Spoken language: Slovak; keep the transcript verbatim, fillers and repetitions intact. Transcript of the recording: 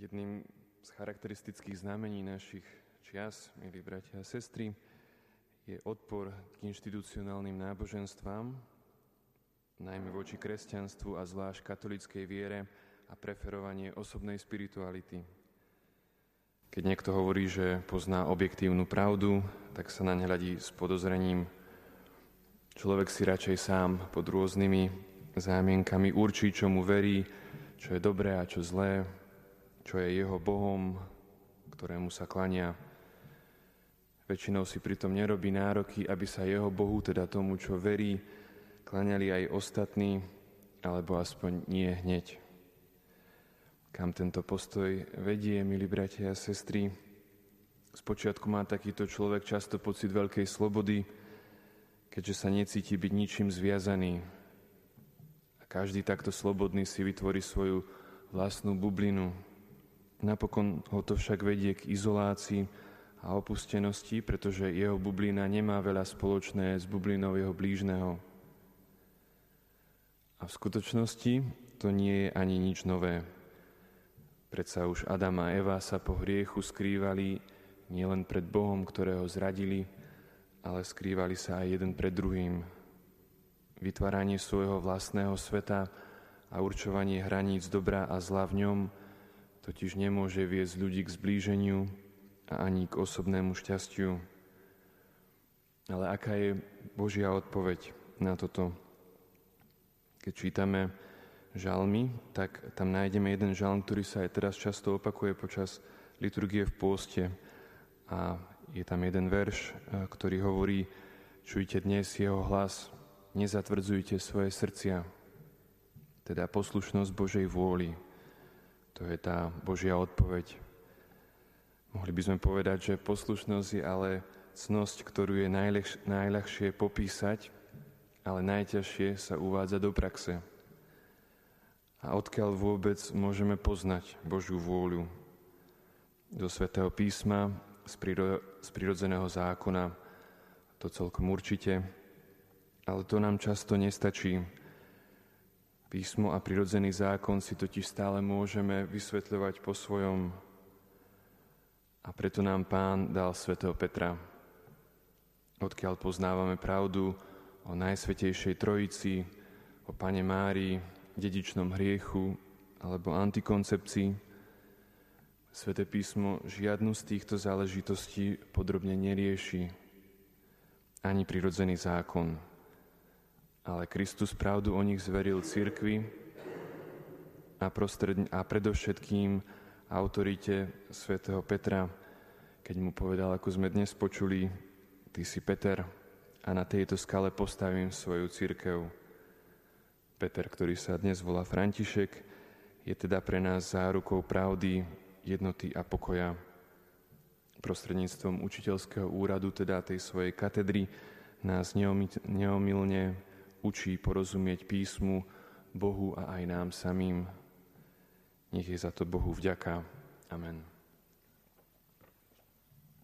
Jedným z charakteristických znamení našich čias, milí bratia a sestry, je odpor k inštitucionálnym náboženstvám, najmä voči kresťanstvu a zvlášť katolíckej viere a preferovanie osobnej spirituality. Keď niekto hovorí, že pozná objektívnu pravdu, tak sa naň hľadí s podozrením. Človek si radšej sám pod rôznymi zámienkami určí, čomu verí, čo je dobré a čo zlé, čo je jeho Bohom, ktorému sa klania. Väčšinou si pritom nerobí nároky, aby sa jeho Bohu, teda tomu, čo verí, klaniali aj ostatní, alebo aspoň nie hneď. Kam tento postoj vedie, milí bratia a sestry? Spočiatku má takýto človek často pocit veľkej slobody, keďže sa necíti byť ničím zviazaný. A každý takto slobodný si vytvorí svoju vlastnú bublinu. Napokon ho to však vedie k izolácii a opustenosti, pretože jeho bublina nemá veľa spoločné s bublinou jeho blížneho. A v skutočnosti to nie je ani nič nové. Predsa už Adam a Eva sa po hriechu skrývali nielen pred Bohom, ktorého zradili, ale skrývali sa aj jeden pred druhým. Vytváranie svojho vlastného sveta a určovanie hraníc dobra a zla v ňom totiž nemôže viesť ľudí k zblíženiu a ani k osobnému šťastiu. Ale aká je Božia odpoveď na toto? Keď čítame žalmy, tak tam nájdeme jeden žalm, ktorý sa aj teraz často opakuje počas liturgie v pôste. A je tam jeden verš, ktorý hovorí: čujte dnes jeho hlas, nezatvrdzujte svoje srdcia. Teda poslušnosť Božej vôli. To je tá Božia odpoveď. Mohli by sme povedať, že poslušnosť je ale cnosť, ktorú je najľahšie, najľahšie popísať, ale najťažšie sa uvádza do praxe. A odkiaľ vôbec môžeme poznať Božiu vôľu? Do Svätého písma, z, priro, z prirodzeného zákona, to celkom určite, ale to nám často nestačí. Písmo a prirodzený zákon si totiž stále môžeme vysvetľovať po svojom. A preto nám Pán dal svätého Petra, odkiaľ poznávame pravdu o Najsvätejšej Trojici, o Panne Márii, dedičnom hriechu alebo antikoncepcii. Sväté písmo žiadnu z týchto záležitostí podrobne nerieši, ani prirodzený zákon. Ale Kristus pravdu o nich zveril cirkvi a, prostred, a predovšetkým autorite svätého Petra, keď mu povedal, ako sme dnes počuli: ty si Peter a na tejto skale postavím svoju cirkev. Peter, ktorý sa dnes volá František, je teda pre nás zárukou pravdy, jednoty a pokoja. Prostredníctvom učiteľského úradu, teda tej svojej katedry, nás neomylne učí porozumieť písmu, Bohu a aj nám samým. Nech je za to Bohu vďaka. Amen.